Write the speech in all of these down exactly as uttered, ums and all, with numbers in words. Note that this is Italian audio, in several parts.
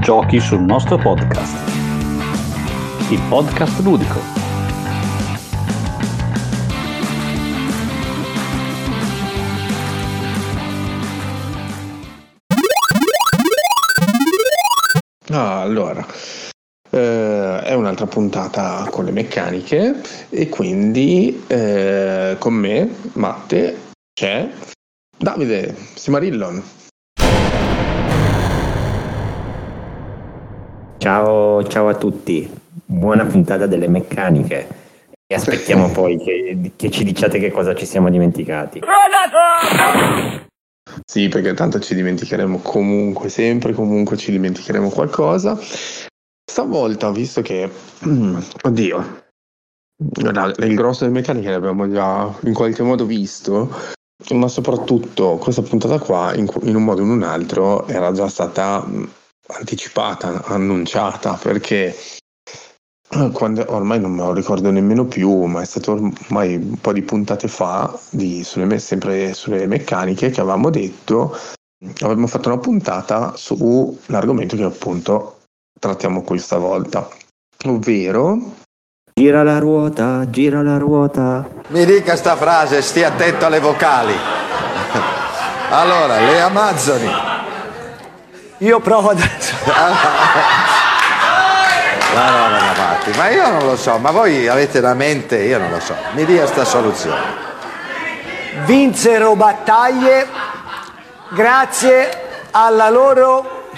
Giochi sul nostro podcast, il podcast ludico. Ah, allora, eh, è un'altra puntata con le meccaniche e quindi eh, con me, Matte, c'è Davide Simarillon. Ciao, ciao a tutti, buona puntata delle meccaniche e aspettiamo poi che, che ci diciate che cosa ci siamo dimenticati. Sì, perché tanto ci dimenticheremo comunque, sempre comunque ci dimenticheremo qualcosa. Stavolta ho visto che, oddio, il grosso delle meccaniche l'abbiamo già in qualche modo visto, ma soprattutto questa puntata qua, in, in un modo o in un altro, era già stata anticipata, annunciata, perché quando, ormai non me lo ricordo nemmeno più, ma è stato ormai un po' di puntate fa, di, sulle, sempre sulle meccaniche, che avevamo detto, avevamo fatto una puntata sull'argomento che appunto trattiamo qui stavolta, ovvero... Gira la ruota, gira la ruota. Mi dica sta frase, stia attento alle vocali. Allora, le Amazzoni. Io provo ad... Ma no, no, no, ma io non lo so, ma voi avete la mente, io non lo so. Mi dia sta soluzione. Vinsero battaglie grazie alla loro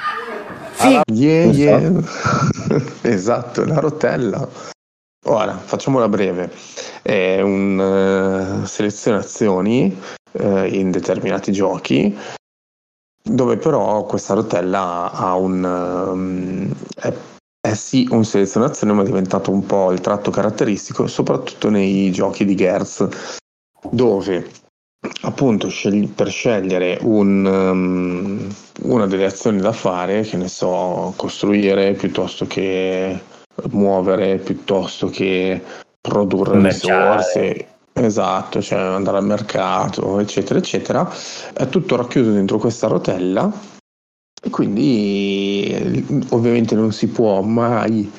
figa. Yeah, yeah. Esatto, la rotella. Ora, facciamola breve. È un uh, selezionazioni uh, in determinati giochi, dove però questa rotella ha un... Um, è, è sì un selezionazione, ma è diventato un po' il tratto caratteristico, soprattutto nei giochi di Gears, dove appunto scegli, per scegliere un, um, una delle azioni da fare, che ne so, costruire piuttosto che muovere, piuttosto che produrre risorse, esatto, cioè andare al mercato, eccetera eccetera, è tutto racchiuso dentro questa rotella e quindi ovviamente non si può mai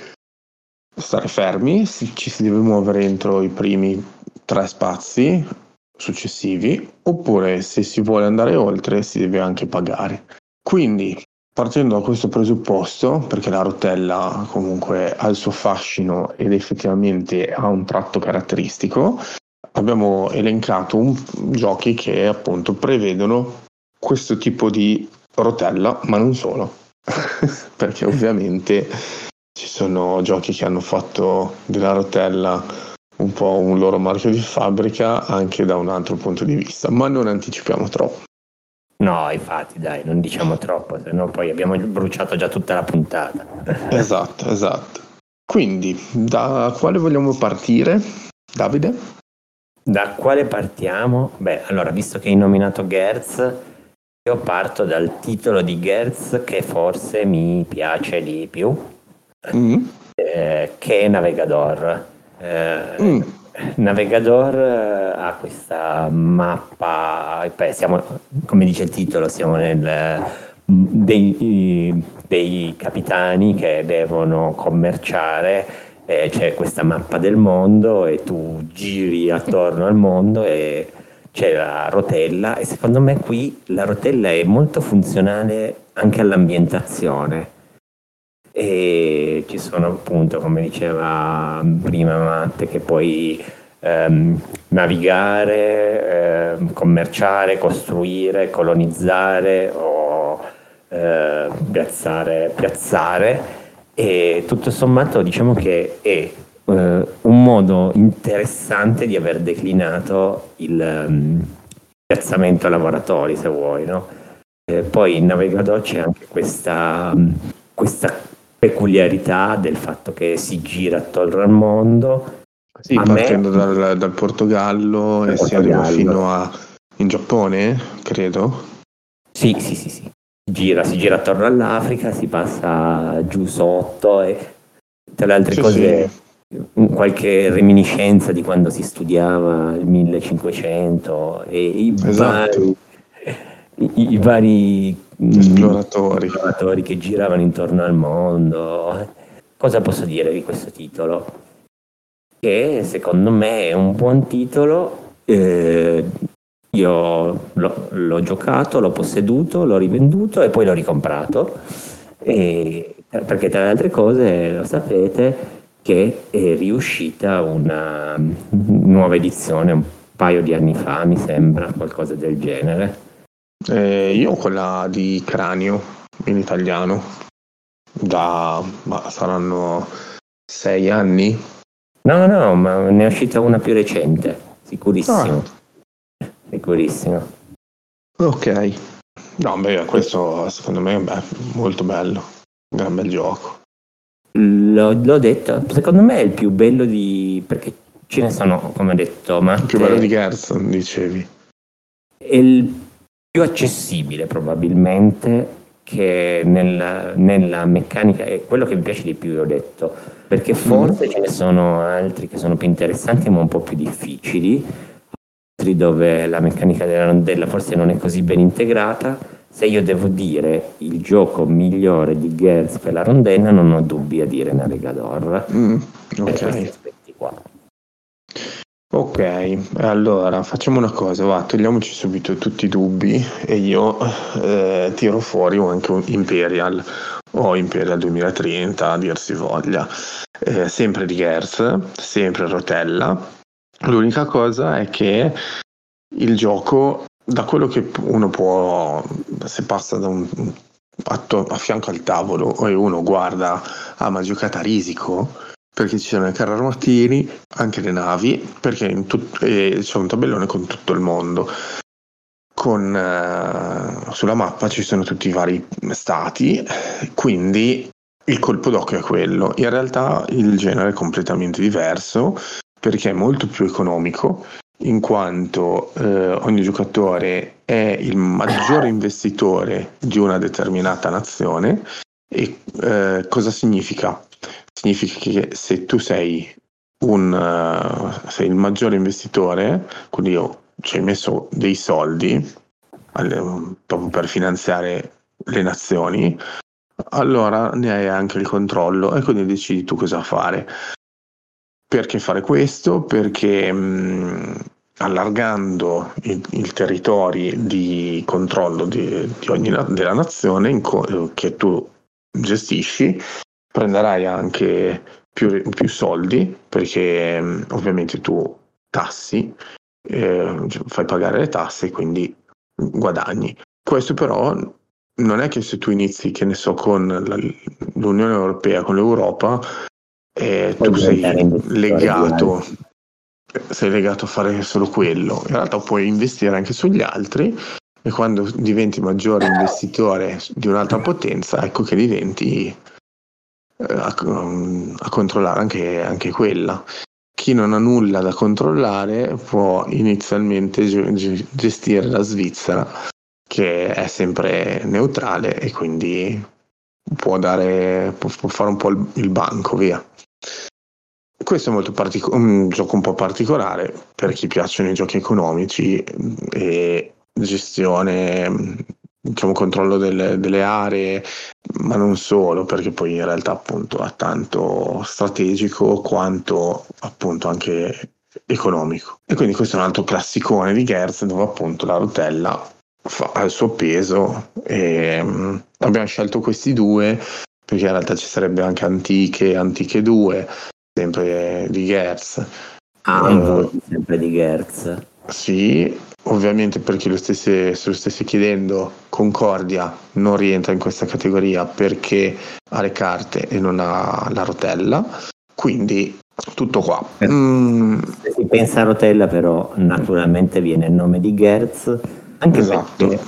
stare fermi, si, ci si deve muovere entro i primi tre spazi successivi, oppure se si vuole andare oltre si deve anche pagare. Quindi, partendo da questo presupposto, perché la rotella comunque ha il suo fascino ed effettivamente ha un tratto caratteristico, abbiamo elencato un, giochi che appunto prevedono questo tipo di rotella, ma non solo, perché ovviamente ci sono giochi che hanno fatto della rotella un po' un loro marchio di fabbrica anche da un altro punto di vista, ma non anticipiamo troppo. No, infatti, dai, non diciamo troppo, se no poi abbiamo bruciato già tutta la puntata. Esatto, esatto. Quindi, da quale vogliamo partire, Davide? Da quale partiamo? Beh, allora, visto che hai nominato Gears, io parto dal titolo di Gears che forse mi piace di più, mm. eh, che è Navegador. Eh, mm. Navegador uh, ha questa mappa, beh, siamo, come dice il titolo, siamo nel, dei, dei capitani che devono commerciare, eh, c'è questa mappa del mondo e tu giri attorno al mondo e c'è la rotella e secondo me qui la rotella è molto funzionale anche all'ambientazione. E ci sono appunto, come diceva prima Matte, che puoi ehm, navigare, ehm, commerciare, costruire, colonizzare o eh, piazzare, piazzare e tutto sommato diciamo che è eh, un modo interessante di aver declinato il um, piazzamento a lavoratori, se vuoi, no? Eh, poi in Navigador c'è anche questa, um, questa peculiarità del fatto che si gira attorno al mondo. Sì, a partendo me... dal, dal Portogallo dal e Portogallo. Si arriva fino a in Giappone, credo. Sì, sì, sì, sì. Gira, si gira attorno all'Africa, si passa giù sotto e tra le altre sì, cose sì. Qualche reminiscenza di quando si studiava il millecinquecento e i esatto. vari, i, i vari esploratori. esploratori che giravano intorno al mondo. Cosa posso dire di questo titolo? Che secondo me è un buon titolo. Eh, io l'ho, l'ho giocato, l'ho posseduto, l'ho rivenduto e poi l'ho ricomprato. E, perché tra le altre cose lo sapete che è riuscita una nuova edizione un paio di anni fa, mi sembra, qualcosa del genere. Eh, io ho quella di Cranio in italiano da ma saranno sei anni. No, no, ma ne è uscita una più recente, sicurissimo. Ah. Sicurissimo. Ok. No, beh, questo secondo me è molto bello. È un bel gioco. L'ho, l'ho detto, secondo me è il più bello di... perché ce ne sono, come ho detto, ma... Il più bello di Gerson, dicevi. È il più accessibile probabilmente, che nella, nella meccanica è quello che mi piace di più, ho detto, perché forse mm. ce ne sono altri che sono più interessanti ma un po' più difficili, altri dove la meccanica della rondella forse non è così ben integrata. Se io devo dire il gioco migliore di Gerz per la rondella, non ho dubbi a dire Navigador. Mm, ok. Per questi aspetti qua. Ok, allora facciamo una cosa, va, togliamoci subito tutti i dubbi e io eh, tiro fuori anche un Imperial o Imperial duemilatrenta, a dir si voglia, eh, sempre di Gerz, sempre rotella. L'unica cosa è che il gioco, da quello che uno può, se passa da un atto a fianco al tavolo e uno guarda, ah ma giocata a risico, perché ci sono i carri armatini, anche le navi, perché in tut- eh, c'è un tabellone con tutto il mondo. Con, eh, sulla mappa ci sono tutti i vari stati, quindi il colpo d'occhio è quello. In realtà il genere è completamente diverso, perché è molto più economico, in quanto eh, ogni giocatore è il maggiore investitore di una determinata nazione. E eh, cosa significa? Significa che se tu sei un uh, sei il maggiore investitore, quindi io ci hai messo dei soldi alle, proprio per finanziare le nazioni, allora ne hai anche il controllo e quindi decidi tu cosa fare. Perché fare questo? Perché mh, allargando i, i territori di controllo di, di ogni della nazione in co- che tu gestisci, prenderai anche più, più soldi, perché mh, ovviamente tu tassi, eh, fai pagare le tasse, quindi guadagni. Questo però non è che se tu inizi, che ne so, con la, l'Unione Europea, con l'Europa, eh, tu sei legato, sei legato a fare solo quello. In realtà puoi investire anche sugli altri, e quando diventi maggiore investitore di un'altra potenza, ecco che diventi A, a controllare anche, anche quella. Chi non ha nulla da controllare può inizialmente g- gestire la Svizzera, che è sempre neutrale e quindi può dare può, può fare un po' il, il banco, via. Questo è molto partico- un gioco un po' particolare per chi piacciono i giochi economici e gestione, diciamo, controllo delle, delle aree, ma non solo, perché poi in realtà appunto è tanto strategico quanto appunto anche economico. E quindi questo è un altro classicone di Gerz, dove appunto la rotella fa il suo peso, e um, abbiamo scelto questi due perché in realtà ci sarebbe anche Antiche, Antiche due, sempre di Gerz. Ah, uh, sempre di Gerz. Sì, ovviamente per chi lo stesse, se lo stesse chiedendo, Concordia non rientra in questa categoria perché ha le carte e non ha la rotella, quindi tutto qua. Mm. Se si pensa a rotella però naturalmente viene il nome di Gerz, anche esatto. Perché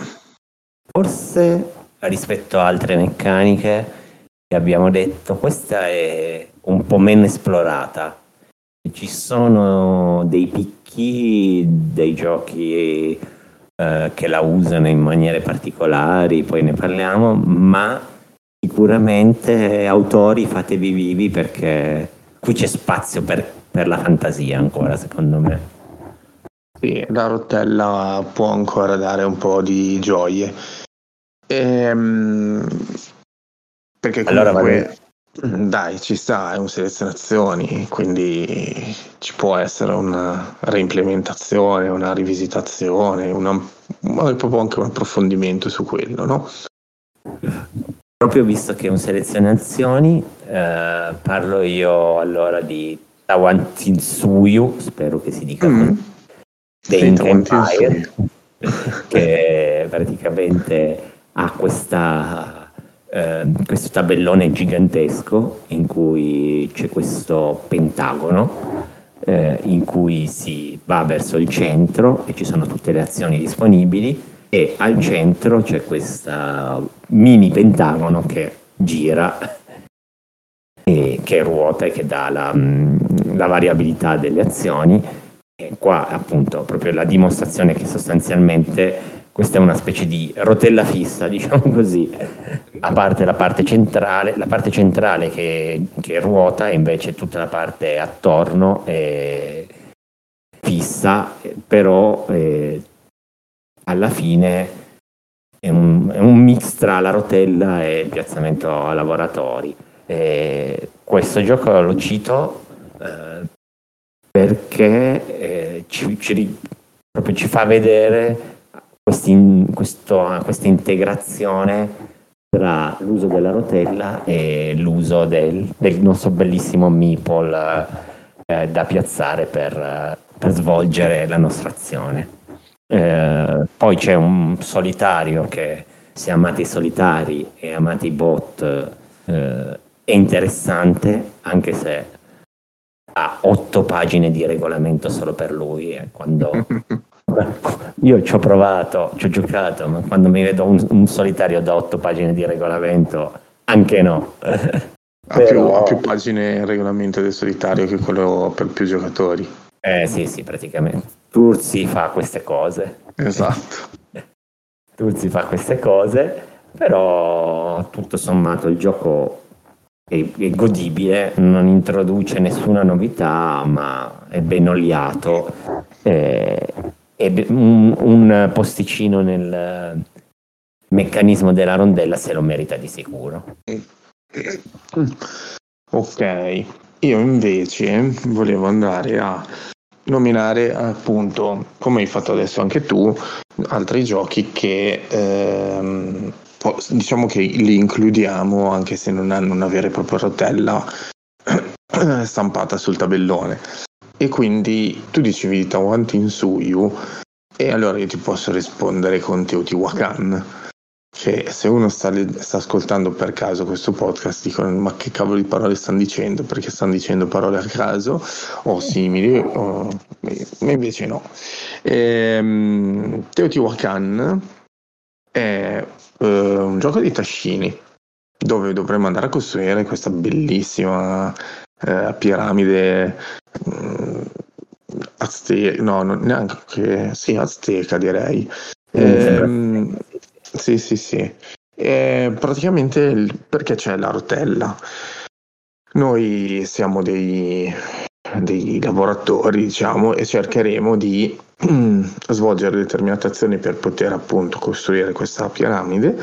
forse rispetto a altre meccaniche che abbiamo detto, questa è un po' meno esplorata. Ci sono dei picchi, dei giochi eh, che la usano in maniere particolari, poi ne parliamo, ma sicuramente autori fatevi vivi, perché qui c'è spazio per, per la fantasia ancora, secondo me. Sì, la rotella può ancora dare un po' di gioie. Ehm, perché Allora, comunque, dai, ci sta, è un selezionazioni, quindi ci può essere una reimplementazione, una rivisitazione, una, ma proprio anche un approfondimento su quello, no? proprio visto che è un selezionazioni, eh, parlo io allora di Tawan Tsuyu, spero che si dica Mm. così, The Sì, Ink Tawan Empire, Tsuyu. che praticamente ha questa, eh, questo tabellone gigantesco in cui c'è questo pentagono, eh, in cui si va verso il centro e ci sono tutte le azioni disponibili, e al centro c'è questa mini pentagono che gira e che ruota e che dà la, mh, la variabilità delle azioni. E qua appunto proprio la dimostrazione che sostanzialmente questa è una specie di rotella fissa, diciamo così, a parte la parte centrale, la parte centrale che, che ruota, e invece tutta la parte attorno è fissa, però eh, alla fine è un, è un mix tra la rotella e il piazzamento a lavoratori. E questo gioco lo cito eh, perché eh, ci, ci, proprio ci fa vedere questi, questo, questa integrazione tra l'uso della rotella e l'uso del, del nostro bellissimo meeple eh, da piazzare per, per svolgere la nostra azione. Eh, poi c'è un solitario che, se amate i solitari e amate i bot, eh, è interessante, anche se ha otto pagine di regolamento solo per lui. E quando io ci ho provato, ci ho giocato, ma quando mi vedo un, un solitario da otto pagine di regolamento, anche no. Ha, Però... più, ha più pagine il regolamento del solitario che quello per più giocatori. Eh sì, sì, praticamente. Turzi fa queste cose. Esatto. Turzi fa queste cose, però tutto sommato il gioco è, è godibile, non introduce nessuna novità, ma è ben oliato. È, è un, un posticino nel meccanismo della rondella se lo merita di sicuro. Ok, io invece volevo andare a nominare, appunto, come hai fatto adesso anche tu, altri giochi che ehm, diciamo che li includiamo anche se non hanno una vera e propria rotella stampata sul tabellone. E quindi tu dicevi di Tawan Tsuyu, e allora io ti posso rispondere con Teotihuacan, che se uno sta, sta ascoltando per caso questo podcast dicono: ma che cavolo di parole stanno dicendo, perché stanno dicendo parole a caso o simili, o... ma invece no. ehm, Teotihuacan è uh, un gioco di tascini dove dovremmo andare a costruire questa bellissima uh, piramide uh, azteca, no, non neanche che sì, azteca direi. ehm, Sì, sì, sì. E praticamente perché c'è la rotella? Noi siamo dei, dei lavoratori, diciamo, e cercheremo di svolgere determinate azioni per poter appunto costruire questa piramide.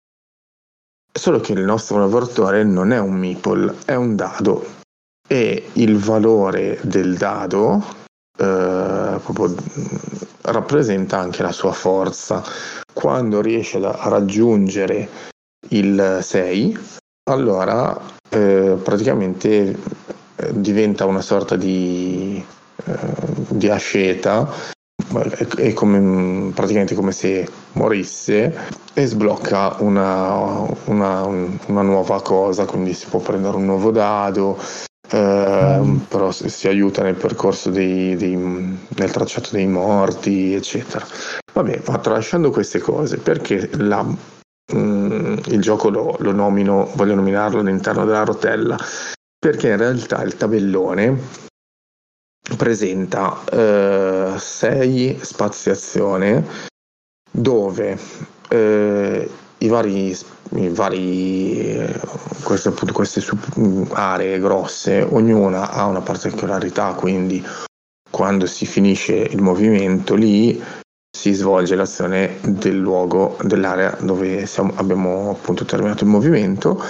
Solo che il nostro lavoratore non è un meeple, è un dado, e il valore del dado eh, proprio rappresenta anche la sua forza. Quando riesce a raggiungere il sei, allora eh, praticamente eh, diventa una sorta di, eh, di asceta, è, è come, praticamente come se morisse, e sblocca una, una, una nuova cosa, quindi si può prendere un nuovo dado. Uh, però si, si aiuta nel percorso dei, dei, nel tracciato dei morti, eccetera. Vabbè, ma tralasciando queste cose, perché la, mm, il gioco lo, lo nomino, voglio nominarlo all'interno della rotella, perché in realtà il tabellone presenta uh, sei spazi azione dove uh, i vari i vari queste, appunto, queste sub aree grosse, ognuna ha una particolarità, quindi quando si finisce il movimento lì si svolge l'azione del luogo, dell'area dove siamo, abbiamo appunto terminato il movimento,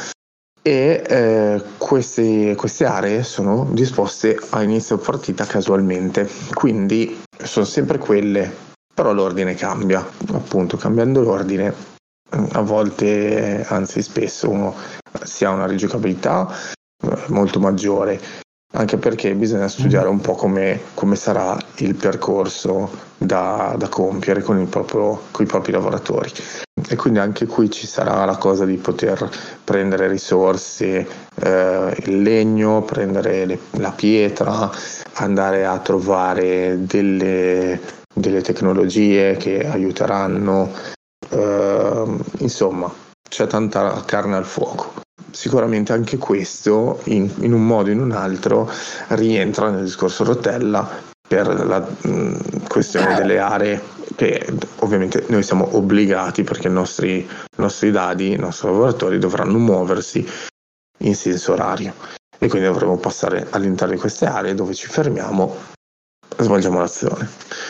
e eh, queste, queste aree sono disposte a inizio partita casualmente, quindi sono sempre quelle, però l'ordine cambia, appunto cambiando l'ordine a volte, anzi spesso, uno si ha una rigiocabilità molto maggiore, anche perché bisogna studiare un po' come, come sarà il percorso da, da compiere con, il proprio, con i propri lavoratori. E quindi anche qui ci sarà la cosa di poter prendere risorse, eh, il legno, prendere le, la pietra, andare a trovare delle, delle tecnologie che aiuteranno, eh, insomma c'è tanta carne al fuoco. Sicuramente anche questo in, in un modo o in un altro rientra nel discorso rotella per la mh, questione delle aree, che ovviamente noi siamo obbligati, perché i nostri, i nostri dadi, i nostri lavoratori dovranno muoversi in senso orario, e quindi dovremo passare all'interno di queste aree dove ci fermiamo e svolgiamo l'azione.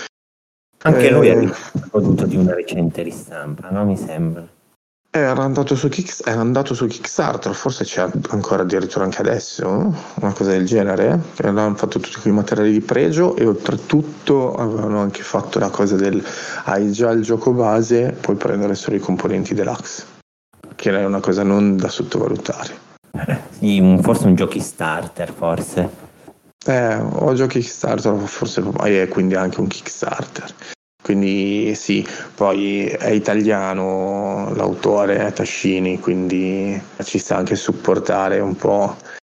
Anche eh, lui ha goduto di una recente ristampa, no? Mi sembra. Era andato su Kick, era andato su Kickstarter, forse c'è ancora addirittura anche adesso, una cosa del genere. Avevano fatto tutti quei materiali di pregio, e oltretutto avevano anche fatto la cosa del hai già il gioco base, puoi prendere solo i componenti deluxe, che è una cosa non da sottovalutare. Sì, un, forse un giochi starter, forse. Eh, o giochi Kickstarter, forse, e quindi anche un Kickstarter. Quindi sì, poi è italiano l'autore, è Tascini, quindi ci sta anche supportare un po'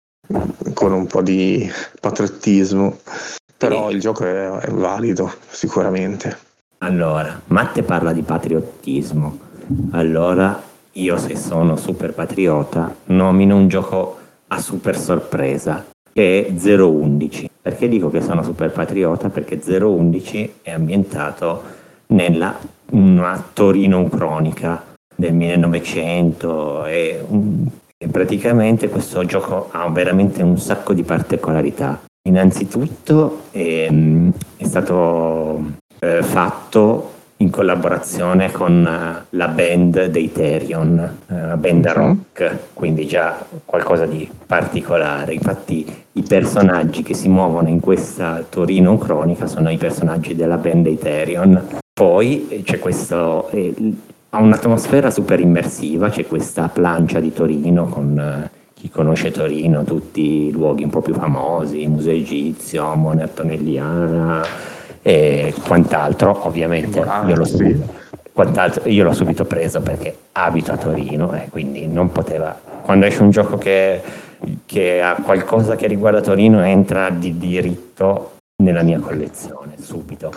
con un po' di patriottismo, però il gioco è, è valido sicuramente. Allora, Matte parla di patriottismo, allora io, se sono super patriota, nomino un gioco a super sorpresa, che è zero undici. Perché dico che sono super patriota? Perché zero undici è ambientato nella una Torino ucronica del millenovecento, e, un, e praticamente questo gioco ha veramente un sacco di particolarità. Innanzitutto è, è stato eh, fatto in collaborazione con uh, la band dei Therion, una uh, band rock, quindi già qualcosa di particolare. Infatti i personaggi che si muovono in questa Torino ucronica sono i personaggi della band dei Therion. Poi c'è questo, eh, ha un'atmosfera super immersiva, c'è questa plancia di Torino con uh, chi conosce Torino, tutti i luoghi un po' più famosi, il Museo Egizio, Mona Antonelliana e quant'altro. Ovviamente io l'ho, subito, quant'altro, io l'ho subito preso perché abito a Torino, e quindi non poteva, quando esce un gioco che, che ha qualcosa che riguarda Torino, entra di diritto nella mia collezione subito.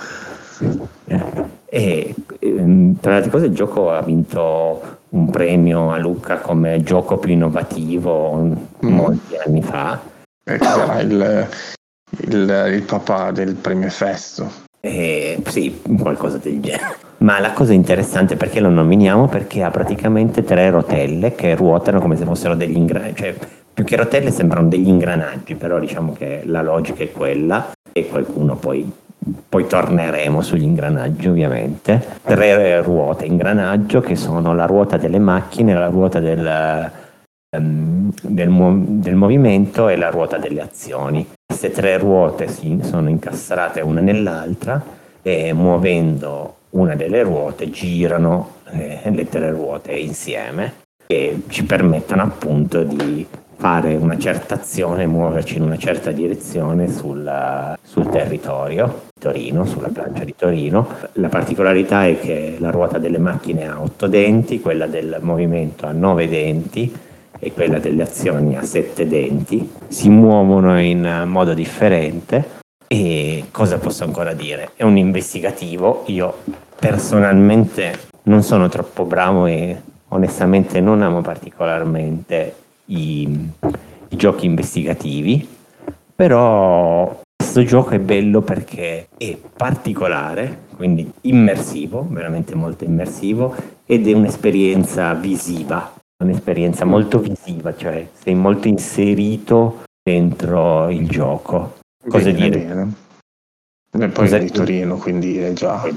E tra le altre cose il gioco ha vinto un premio a Lucca come gioco più innovativo mm. molti anni fa, e sarà il Il, il papà del premio Festo. Eh, sì, qualcosa del genere. Ma la cosa interessante, perché lo nominiamo? Perché ha praticamente tre rotelle che ruotano come se fossero degli ingranaggi, cioè più che rotelle sembrano degli ingranaggi, però diciamo che la logica è quella, e qualcuno poi, poi torneremo sugli ingranaggi ovviamente. Tre ruote ingranaggio che sono la ruota delle macchine, la ruota del, um, del, del movimento e la ruota delle azioni. Queste tre ruote si sono incastrate una nell'altra, e muovendo una delle ruote girano eh, le tre ruote insieme, e ci permettono appunto di fare una certa azione, muoverci in una certa direzione sul, sul territorio di Torino, sulla plancia di Torino. La particolarità è che la ruota delle macchine ha otto denti, quella del movimento ha nove denti, e quella delle azioni ha sette denti, si muovono in modo differente. E cosa posso ancora dire? È un investigativo. Io personalmente non sono troppo bravo e onestamente non amo particolarmente i, i giochi investigativi, però questo gioco è bello perché è particolare, quindi immersivo, veramente molto immersivo, ed è un'esperienza visiva. Un'esperienza molto visiva, cioè sei molto inserito dentro il gioco. Cosa bene, dire? Bene. E poi Cosa è di Torino, quindi è già,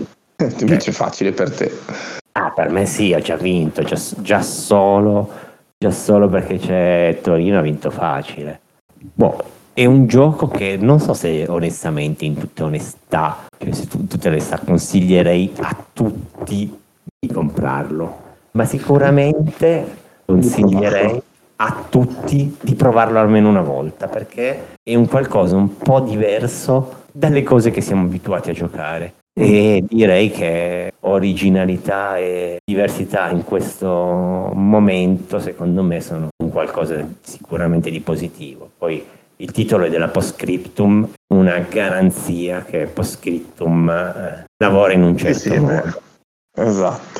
Invece è facile per te. Ah, per me sì, ho già vinto, già, già solo, già solo perché c'è Torino ha vinto facile. Boh, è un gioco che non so se onestamente, in tutta onestà, cioè se tu, tutta onestà, consiglierei a tutti di comprarlo, ma sicuramente consiglierei a tutti di provarlo almeno una volta, perché è un qualcosa un po' diverso dalle cose che siamo abituati a giocare. E direi che originalità e diversità in questo momento secondo me sono un qualcosa sicuramente di positivo. Poi il titolo è della Postscriptum, una garanzia che Postscriptum eh, lavora in un certo sì, sì, modo. Esatto.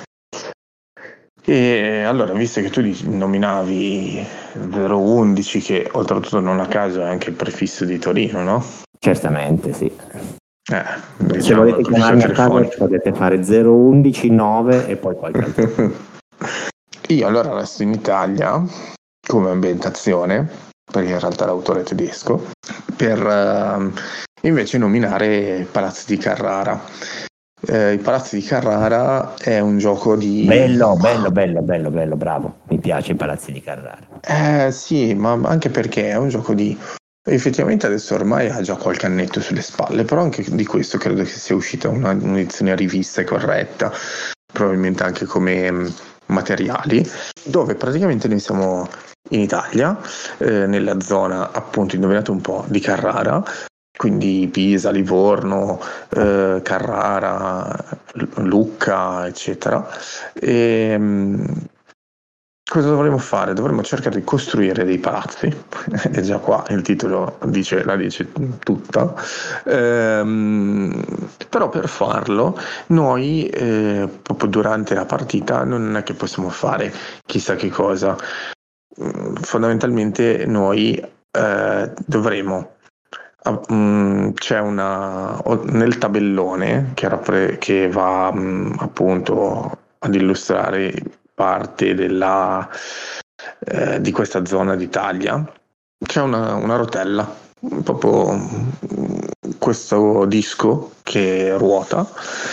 E allora, visto che tu nominavi zero undici, che oltretutto non a caso è anche il prefisso di Torino, no? Certamente, sì. Eh, Se diciamo, volete chiamarmi a casa potete fare zero undici nove e poi qualche altro. Io allora resto in Italia come ambientazione, perché in realtà l'autore è tedesco, per uh, invece nominare Palazzi di Carrara. Eh, I Palazzi di Carrara è un gioco di... Bello, bello, bello, bello, bello, bravo. Mi piace i Palazzi di Carrara. Eh sì, ma anche perché è un gioco di... Effettivamente adesso ormai ha già qualche annetto sulle spalle, però anche di questo credo che sia uscita una, un'edizione rivista e corretta, probabilmente anche come materiali, dove praticamente noi siamo in Italia, eh, nella zona appunto, indovinate un po', di Carrara, quindi Pisa, Livorno, eh, Carrara, Lucca, eccetera. E, cosa dovremmo fare? Dovremmo cercare di costruire dei palazzi, e già qua il titolo dice, la dice tutta, ehm, però per farlo noi eh, proprio durante la partita non è che possiamo fare chissà che cosa, fondamentalmente noi eh, dovremo, uh, um, c'è una, nel tabellone che, rappre, che va um, appunto ad illustrare parte della, eh, di questa zona d'Italia, c'è una, una rotella, proprio questo disco che ruota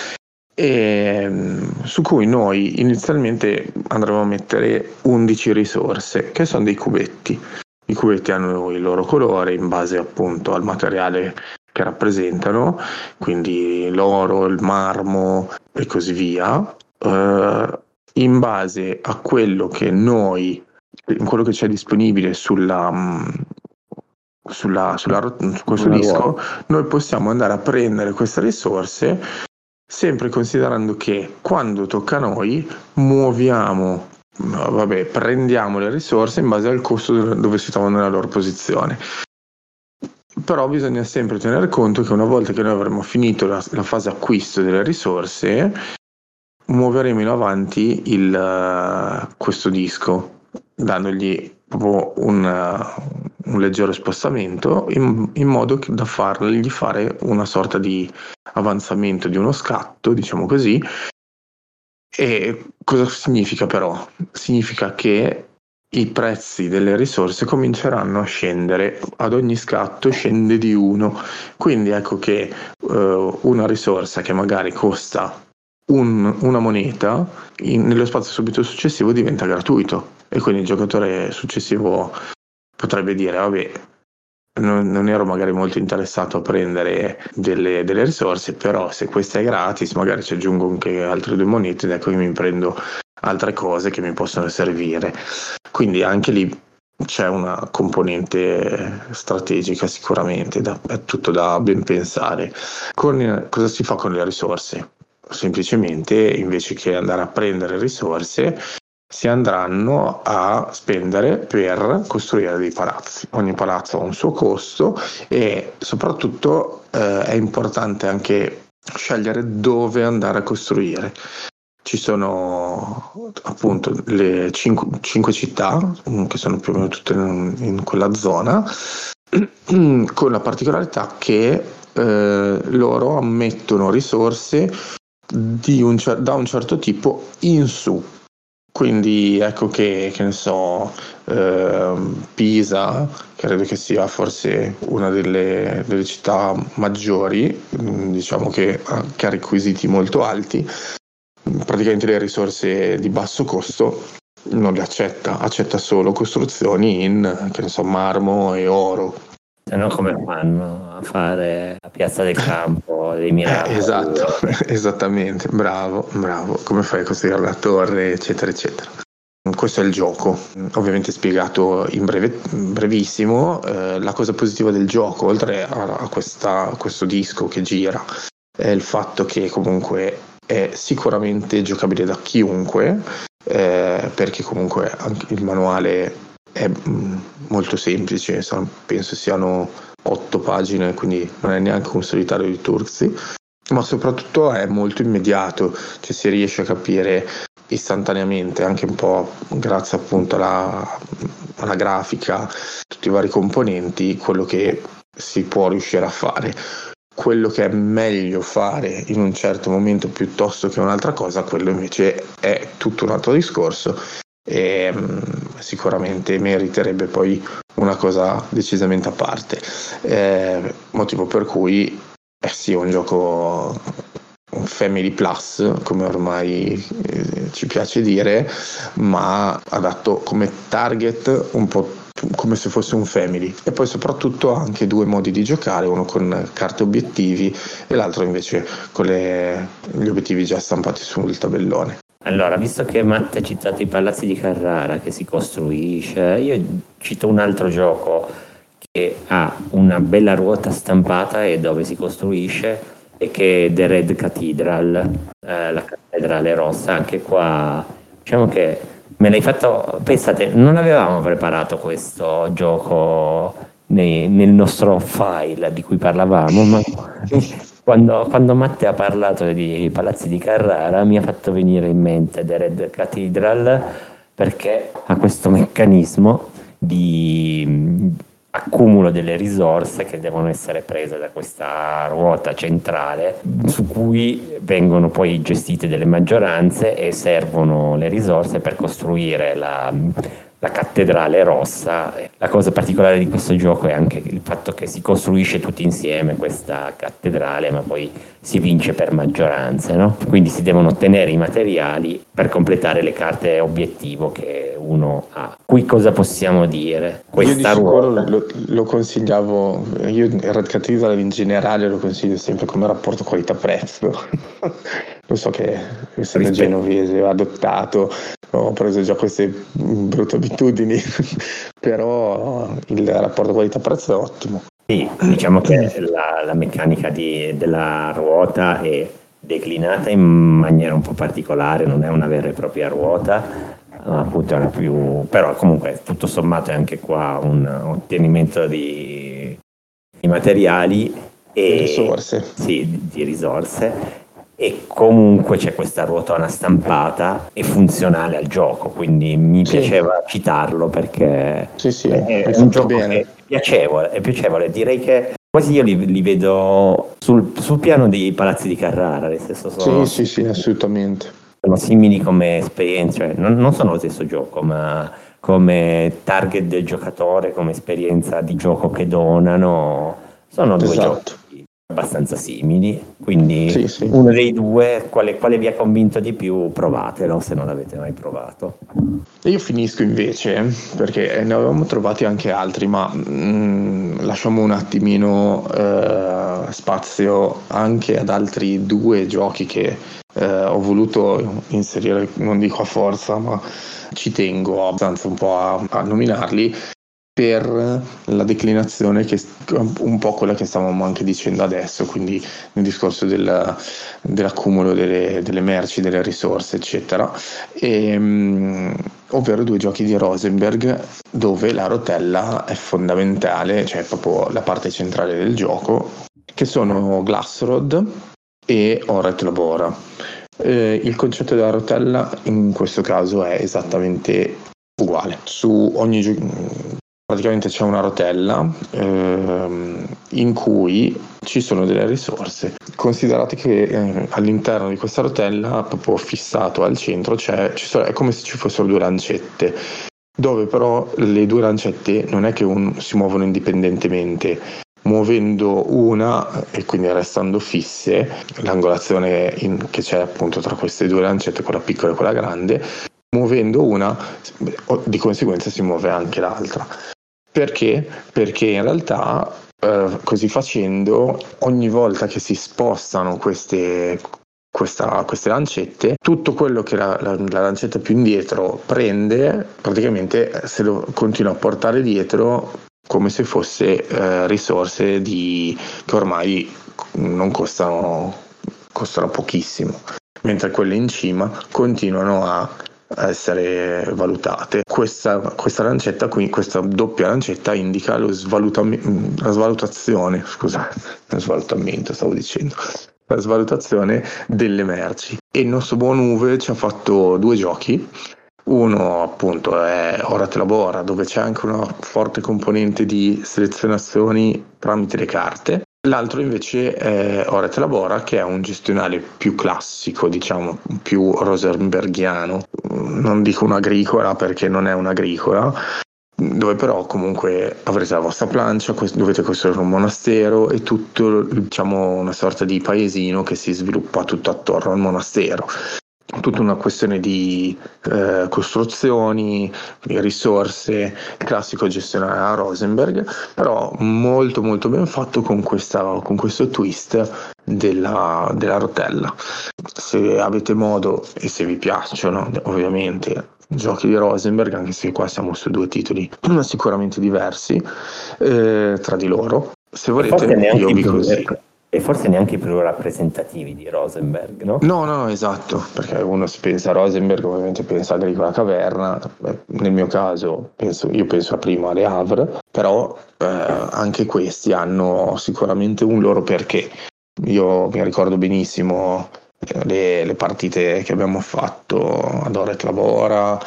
e su cui noi inizialmente andremo a mettere undici risorse, che sono dei cubetti. I cubetti hanno il loro colore in base appunto al materiale che rappresentano, quindi l'oro, il marmo e così via. Uh, in base a quello che noi, in quello che c'è disponibile sulla, sulla, sulla, su questo Una disco, ruota. Noi possiamo andare a prendere queste risorse, sempre considerando che quando tocca a noi muoviamo, vabbè, prendiamo le risorse in base al costo dove si trovano nella loro posizione. Però bisogna sempre tenere conto che una volta che noi avremo finito la, la fase acquisto delle risorse, muoveremo in avanti il, uh, questo disco, dandogli proprio un, uh, un leggero spostamento in, in modo da fargli fare una sorta di avanzamento, di uno scatto, diciamo così. E cosa significa però? Significa che i prezzi delle risorse cominceranno a scendere, ad ogni scatto scende di uno, quindi ecco che uh, una risorsa che magari costa Un, una moneta in, nello spazio subito successivo diventa gratuito e quindi il giocatore successivo potrebbe dire vabbè, non, non ero magari molto interessato a prendere delle, delle risorse, però se questa è gratis magari ci aggiungo anche altre due monete ed ecco che mi prendo altre cose che mi possono servire. Quindi anche lì c'è una componente strategica sicuramente, da, è tutto da ben pensare. Con, cosa si fa con le risorse? Semplicemente invece che andare a prendere risorse si andranno a spendere per costruire dei palazzi. Ogni palazzo ha un suo costo e soprattutto eh, è importante anche scegliere dove andare a costruire. Ci sono appunto le cinque, cinque città che sono più o meno tutte in, in quella zona, con la particolarità che eh, loro ammettono risorse di un, da un certo tipo in su, quindi ecco che, che ne so, eh, Pisa, credo che sia forse una delle, delle città maggiori, diciamo che, che ha requisiti molto alti, praticamente le risorse di basso costo non le accetta, accetta solo costruzioni in, che ne so, marmo e oro. Se no come fanno a fare la piazza del campo dei miracoli? Eh, esatto, esattamente, bravo, bravo. Come fai a costruire la torre, eccetera, eccetera. Questo è il gioco, ovviamente spiegato in breve, brevissimo. Eh, la cosa positiva del gioco, oltre a, a, questa, a questo disco che gira, è il fatto che comunque è sicuramente giocabile da chiunque, eh, perché comunque anche il manuale è mh, molto semplice, sono, penso siano otto pagine, quindi non è neanche un solitario di Turkey, ma soprattutto è molto immediato, cioè si riesce a capire istantaneamente, anche un po' grazie appunto alla, alla grafica, tutti i vari componenti, quello che si può riuscire a fare. Quello che è meglio fare in un certo momento piuttosto che un'altra cosa, quello invece è tutto un altro discorso e um, sicuramente meriterebbe poi una cosa decisamente a parte, eh, motivo per cui eh sì, è un gioco un Family Plus, come ormai eh, ci piace dire, ma adatto come target un po' come se fosse un family, e poi soprattutto ha anche due modi di giocare, uno con carte obiettivi e l'altro invece con le, gli obiettivi già stampati sul tabellone. Allora, visto che Matt ha citato i palazzi di Carrara che si costruisce, io cito un altro gioco che ha una bella ruota stampata e dove si costruisce, e che è The Red Cathedral, eh, la cattedrale rossa. Anche qua diciamo che me l'hai fatto, pensate, non avevamo preparato questo gioco nei, nel nostro file di cui parlavamo, ma quando, quando Matte ha parlato di Palazzi di Carrara mi ha fatto venire in mente The Red Cathedral, perché ha questo meccanismo di accumulo delle risorse che devono essere prese da questa ruota centrale, su cui vengono poi gestite delle maggioranze e servono le risorse per costruire la, la cattedrale rossa. La cosa particolare di questo gioco è anche il fatto che si costruisce tutti insieme questa cattedrale, ma poi si vince per maggioranze, no? Quindi si devono ottenere i materiali per completare le carte obiettivo che uno ha. Qui cosa possiamo dire? Questa io di sicuro lo, lo consigliavo, io il Red Cathedral in generale lo consiglio sempre come rapporto qualità-prezzo. Lo so che essendo genovese ho adottato, ho preso già queste brutte abitudini, però il rapporto qualità-prezzo è ottimo. Sì, diciamo che la, la meccanica di, della ruota è declinata in maniera un po' particolare, non è una vera e propria ruota, appunto è una più, però comunque tutto sommato è anche qua un ottenimento di, di materiali e di risorse. Sì, di, di risorse. E comunque c'è questa ruotona stampata e funzionale al gioco, quindi mi sì. piaceva citarlo perché sì, sì, è, è un gioco bene. Che è piacevole, è piacevole, direi che quasi io li, li vedo sul, sul piano dei Palazzi di Carrara, nel senso sono, sì, sì, sì, assolutamente. Sono simili come esperienze, cioè non, non sono lo stesso gioco, ma come target del giocatore, come esperienza di gioco che donano, sono due esatto. giochi abbastanza simili, quindi sì, sì. uno dei due, quale, quale vi ha convinto di più, provatelo se non l'avete mai provato. Io finisco invece, perché ne avevamo trovati anche altri, ma mh, lasciamo un attimino eh, spazio anche ad altri due giochi che eh, ho voluto inserire, non dico a forza, ma ci tengo abbastanza un po' a, a nominarli, per la declinazione che un po' quella che stavamo anche dicendo adesso, quindi nel discorso del, dell'accumulo delle, delle merci, delle risorse eccetera, e, um, ovvero due giochi di Rosenberg dove la rotella è fondamentale, cioè proprio la parte centrale del gioco, che sono Glassroad e Oret Labora. Eh, il concetto della rotella in questo caso è esattamente uguale su ogni gioco. praticamente c'è una rotella ehm, in cui ci sono delle risorse. Considerate che eh, all'interno di questa rotella, proprio fissato al centro, c'è, ci sono, è come se ci fossero due lancette, dove però le due lancette non è che un, si muovono indipendentemente. Muovendo una e quindi restando fisse, l'angolazione in, che c'è appunto tra queste due lancette, quella piccola e quella grande, muovendo una, di conseguenza si muove anche l'altra. Perché? Perché in realtà eh, così facendo, ogni volta che si spostano queste, questa, queste lancette, tutto quello che la, la, la lancetta più indietro prende, praticamente se lo continua a portare dietro come se fosse eh, risorse di, che ormai non costano, costano pochissimo, mentre quelle in cima continuano a essere valutate. Questa, questa lancetta, quindi questa doppia lancetta indica lo svalutam- la svalutazione, scusate, lo svalutamento stavo dicendo, la svalutazione delle merci. E il nostro buon Uwe ci ha fatto due giochi. Uno appunto è Ora te la Bora, dove c'è anche una forte componente di selezionazioni tramite le carte. L'altro invece è Ora te la Bora, che è un gestionale più classico, diciamo, più rosenberghiano. Non dico un'agricola perché non è un'agricola, dove però comunque avrete la vostra plancia, dovete costruire un monastero e tutto, diciamo, una sorta di paesino che si sviluppa tutto attorno al monastero. Tutta una questione di eh, costruzioni, di risorse, classico gestionale a Rosenberg, però molto molto ben fatto con, questa, con questo twist della, della rotella. Se avete modo e se vi piacciono ovviamente giochi di Rosenberg, anche se qua siamo su due titoli sicuramente diversi eh, tra di loro, se volete io vi consiglio. E forse neanche i più rappresentativi di Rosenberg, no? No, no, esatto, perché uno si pensa a Rosenberg, ovviamente pensa a Agricola Caverna. Beh, nel mio caso penso, io penso a prima a Le Havre, però eh, anche questi hanno sicuramente un loro perché. Io mi ricordo benissimo le, le partite che abbiamo fatto ad Ora et Labora,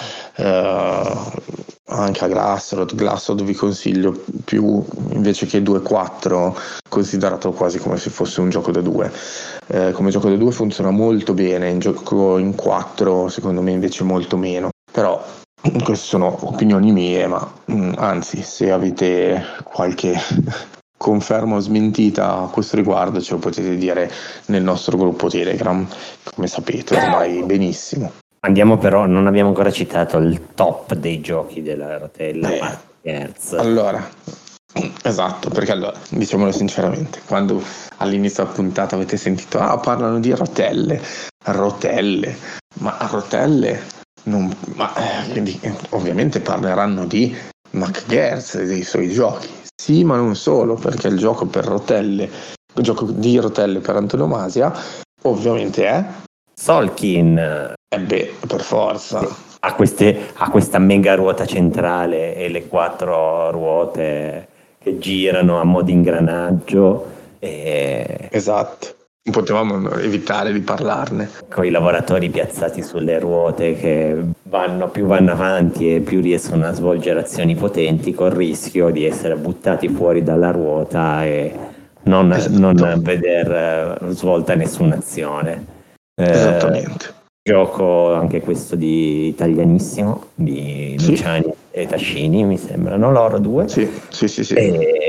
eh, anche a Glassrod. Glassrod vi consiglio più, invece che due quattro, considerato quasi come se fosse un gioco da due. Eh, come gioco da due funziona molto bene, in gioco in quattro secondo me invece molto meno, però queste sono opinioni mie, ma mh, anzi, se avete qualche conferma o smentita a questo riguardo ce lo potete dire nel nostro gruppo Telegram, come sapete ormai benissimo. Andiamo però, non abbiamo ancora citato il top dei giochi della rotella. Eh, Hertz. Allora, esatto, perché allora, diciamolo sinceramente, quando all'inizio della puntata avete sentito, ah, parlano di rotelle, rotelle, ma rotelle, non, ma eh, quindi ovviamente parleranno di McGertz e dei suoi giochi. Sì, ma non solo, perché il gioco per rotelle, il gioco di rotelle per antonomasia, ovviamente è Solkin. Eh beh, per forza. Ha, queste, ha questa mega ruota centrale e le quattro ruote che girano a mo' di ingranaggio. E... Esatto. Non potevamo evitare di parlarne. Con i lavoratori piazzati sulle ruote che vanno, più vanno avanti e più riescono a svolgere azioni potenti, col rischio di essere buttati fuori dalla ruota e non, esatto. non veder svolta nessuna azione. Esattamente. Eh, gioco anche questo di italianissimo, di sì. Luciani e Tascini, mi sembrano loro due. Sì, sì, sì, sì.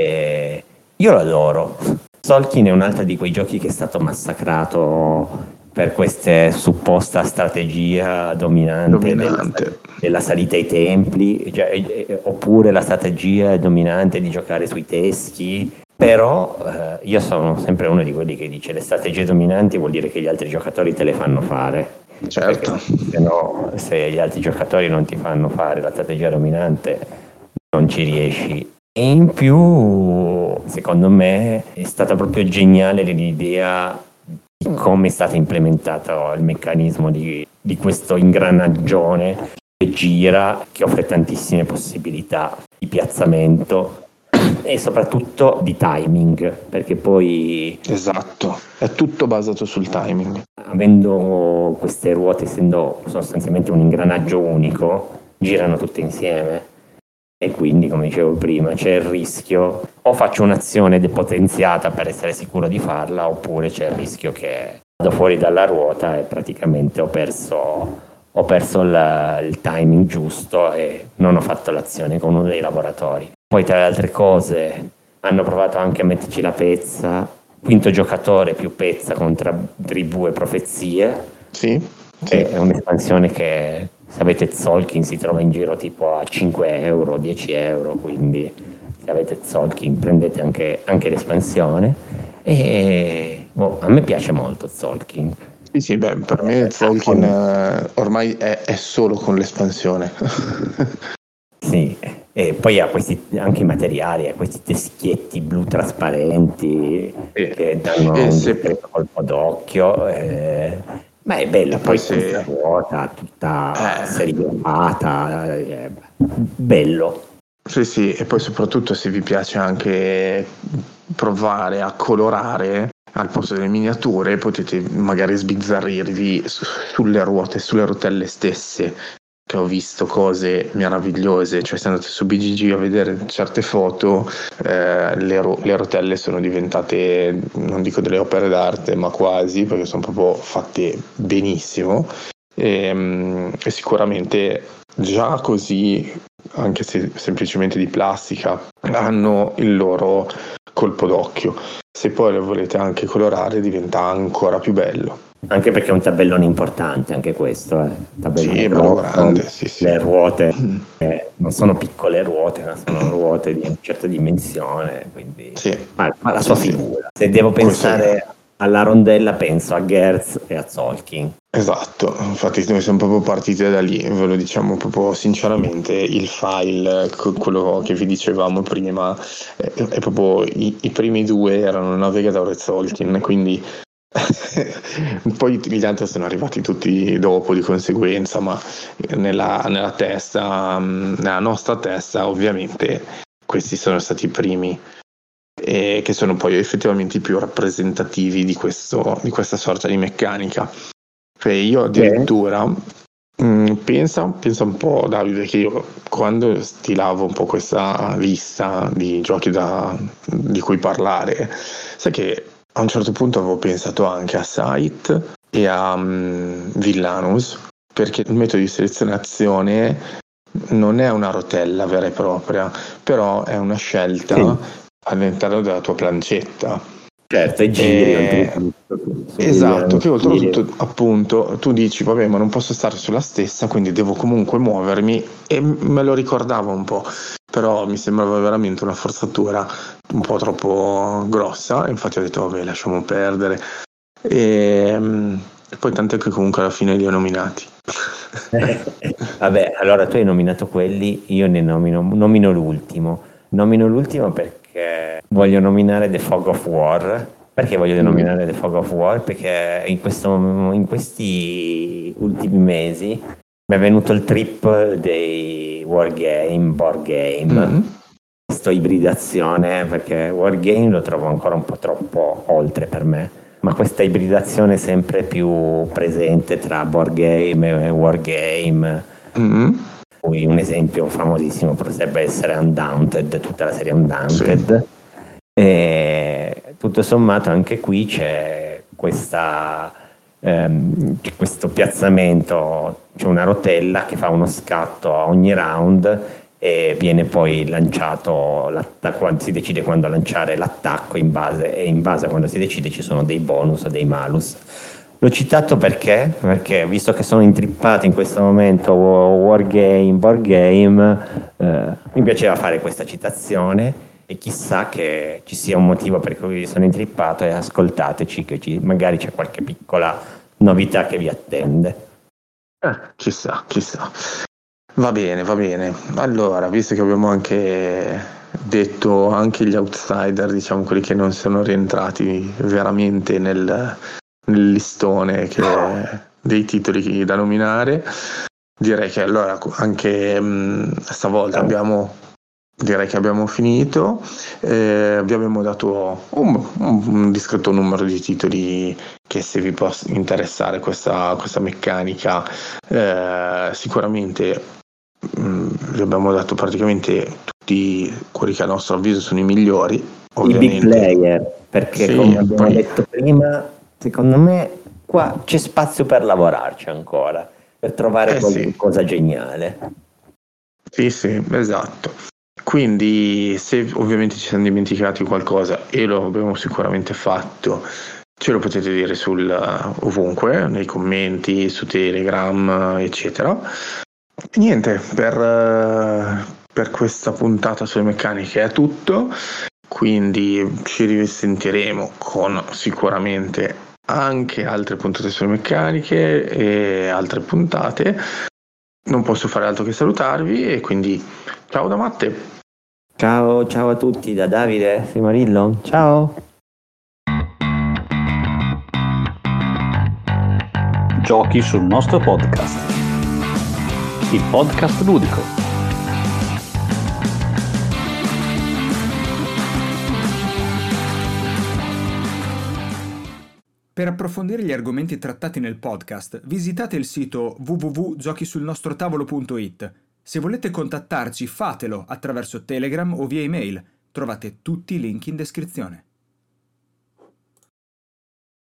E io lo adoro. Solkin è un altro di quei giochi che è stato massacrato per questa supposta strategia dominante, dominante. Della, della salita ai templi, cioè, eh, oppure la strategia dominante di giocare sui teschi. Però eh, io sono sempre uno di quelli che dice le strategie dominanti vuol dire che gli altri giocatori te le fanno fare. Certo. Se no, se gli altri giocatori non ti fanno fare la strategia dominante, non ci riesci. E in più, secondo me, è stata proprio geniale l'idea di come è stato implementato il meccanismo di, di questo ingranaggione che gira, che offre tantissime possibilità di piazzamento e soprattutto di timing, perché poi esatto, è tutto basato sul timing. Avendo queste ruote, essendo sostanzialmente un ingranaggio unico, girano tutte insieme e quindi, come dicevo prima, c'è il rischio o faccio un'azione depotenziata per essere sicuro di farla, oppure c'è il rischio che vado fuori dalla ruota e praticamente ho perso, ho perso la, il timing giusto e non ho fatto l'azione con uno dei lavoratori. Poi tra le altre cose hanno provato anche a metterci la pezza, quinto giocatore più pezza contro tribù e profezie. Sì, sì. È un'espansione che, se avete Tzolk'in, si trova in giro tipo a cinque euro, dieci euro, quindi se avete Tzolk'in prendete anche, anche l'espansione. E boh, a me piace molto Tzolk'in. Sì, sì, beh, per me Tzolk'in eh, ormai è, è solo con l'espansione. Sì, e poi ha questi anche i materiali, ha questi teschietti blu trasparenti Eh, che danno eh, un se- discreto colpo d'occhio. Eh, ma è bella, E poi poi se- questa ruota tutta Eh. serigrafata, eh, bello. Sì, sì, e poi soprattutto se vi piace anche provare a colorare al posto delle miniature, potete magari sbizzarrirvi su- sulle ruote, sulle rotelle stesse, che ho visto cose meravigliose. Cioè, se andate su B G G a vedere certe foto, eh, le, ro- le rotelle sono diventate, non dico delle opere d'arte, ma quasi, perché sono proprio fatte benissimo. E, mm, e sicuramente già così, anche se semplicemente di plastica, hanno il loro colpo d'occhio. Se poi le volete anche colorare, diventa ancora più bello. Anche perché è un tabellone importante, anche questo. Eh. Tabellone Sì, bello grosso, grande, sì, sì. Le ruote eh, non sono piccole ruote, ma sono ruote di una certa dimensione, quindi Sì. ma, ma la sua Sì, sì. figura. Se devo pensare alla rondella, penso a Gertz e a Tzolk'in. Esatto, infatti noi siamo proprio partiti da lì, ve lo diciamo proprio sinceramente, il file, co- quello che vi dicevamo prima, è, è proprio i, i primi due erano Navigator e Tzolk'in, quindi poi gli altri sono arrivati tutti dopo di conseguenza, ma nella, nella testa, mm, nella nostra testa ovviamente questi sono stati i primi, e che sono poi effettivamente i più rappresentativi di, questo, di questa sorta di meccanica. Cioè io addirittura mh, pensa, pensa un po', Davide, che io quando stilavo un po' questa lista di giochi da, di cui parlare, sai che a un certo punto avevo pensato anche a Sight e a um, Villanus, perché il metodo di selezionazione non è una rotella vera e propria, però è una scelta Sì. all'interno della tua plancetta. Certo, e giri Eh, oltretutto. Esatto, che Giri. oltretutto appunto tu dici vabbè, ma non posso stare sulla stessa, quindi devo comunque muovermi, e me lo ricordavo un po', però mi sembrava veramente una forzatura un po' troppo grossa, infatti ho detto vabbè, lasciamo perdere. E, mm, e poi tant'è che comunque alla fine li ho nominati. Vabbè, allora tu hai nominato quelli, io ne nomino, nomino l'ultimo. Nomino l'ultimo perché voglio nominare The Fog of War. Perché voglio Mm. nominare The Fog of War? Perché in, questo, in questi ultimi mesi mi è venuto il trip dei wargame, board game, Mm. questa ibridazione, perché wargame lo trovo ancora un po' troppo oltre per me, ma questa ibridazione sempre più presente tra board game e wargame. Mm. Poi un esempio famosissimo potrebbe essere Undaunted, tutta la serie Undaunted. E tutto sommato anche qui c'è questa, ehm, questo piazzamento, c'è una rotella che fa uno scatto a ogni round e viene poi lanciato, quando si decide quando lanciare l'attacco in base, e in base a quando si decide ci sono dei bonus o dei malus. L'ho citato perché? Perché visto che sono intrippato in questo momento wargame, board game, eh, mi piaceva fare questa citazione e chissà che ci sia un motivo per cui sono intrippato, e ascoltateci che ci, magari c'è qualche piccola novità che vi attende. Eh, chissà, chissà. Va bene, va bene. Allora, visto che abbiamo anche detto anche gli outsider, diciamo quelli che non sono rientrati veramente nel, nel listone che, dei titoli da nominare, direi che allora anche mh, stavolta abbiamo direi che abbiamo finito. Eh, vi abbiamo dato un, un discreto numero di titoli che, se vi può interessare questa, questa meccanica, eh, sicuramente mh, vi abbiamo dato praticamente tutti quelli che a nostro avviso sono i migliori, ovviamente. I big player, perché sì, come abbiamo poi... detto prima, secondo me qua c'è spazio per lavorarci ancora, per trovare eh, qualcosa sì. geniale. Sì, sì, esatto. Quindi se ovviamente ci siamo dimenticati qualcosa, e lo abbiamo sicuramente fatto, ce lo potete dire sul uh, ovunque, nei commenti, su Telegram, eccetera. E niente, per, uh, per questa puntata sulle meccaniche è tutto, quindi ci risentiremo con sicuramente anche altre puntate sulle meccaniche e altre puntate. Non posso fare altro che salutarvi e quindi ciao da Matte. Ciao, ciao a tutti, da Davide Simarillo, ciao. Giochi sul nostro podcast, il podcast ludico. Per approfondire gli argomenti trattati nel podcast, visitate il sito w w w punto giochi sul nostro tavolo punto i t. Se volete contattarci, fatelo attraverso Telegram o via email. Trovate tutti i link in descrizione.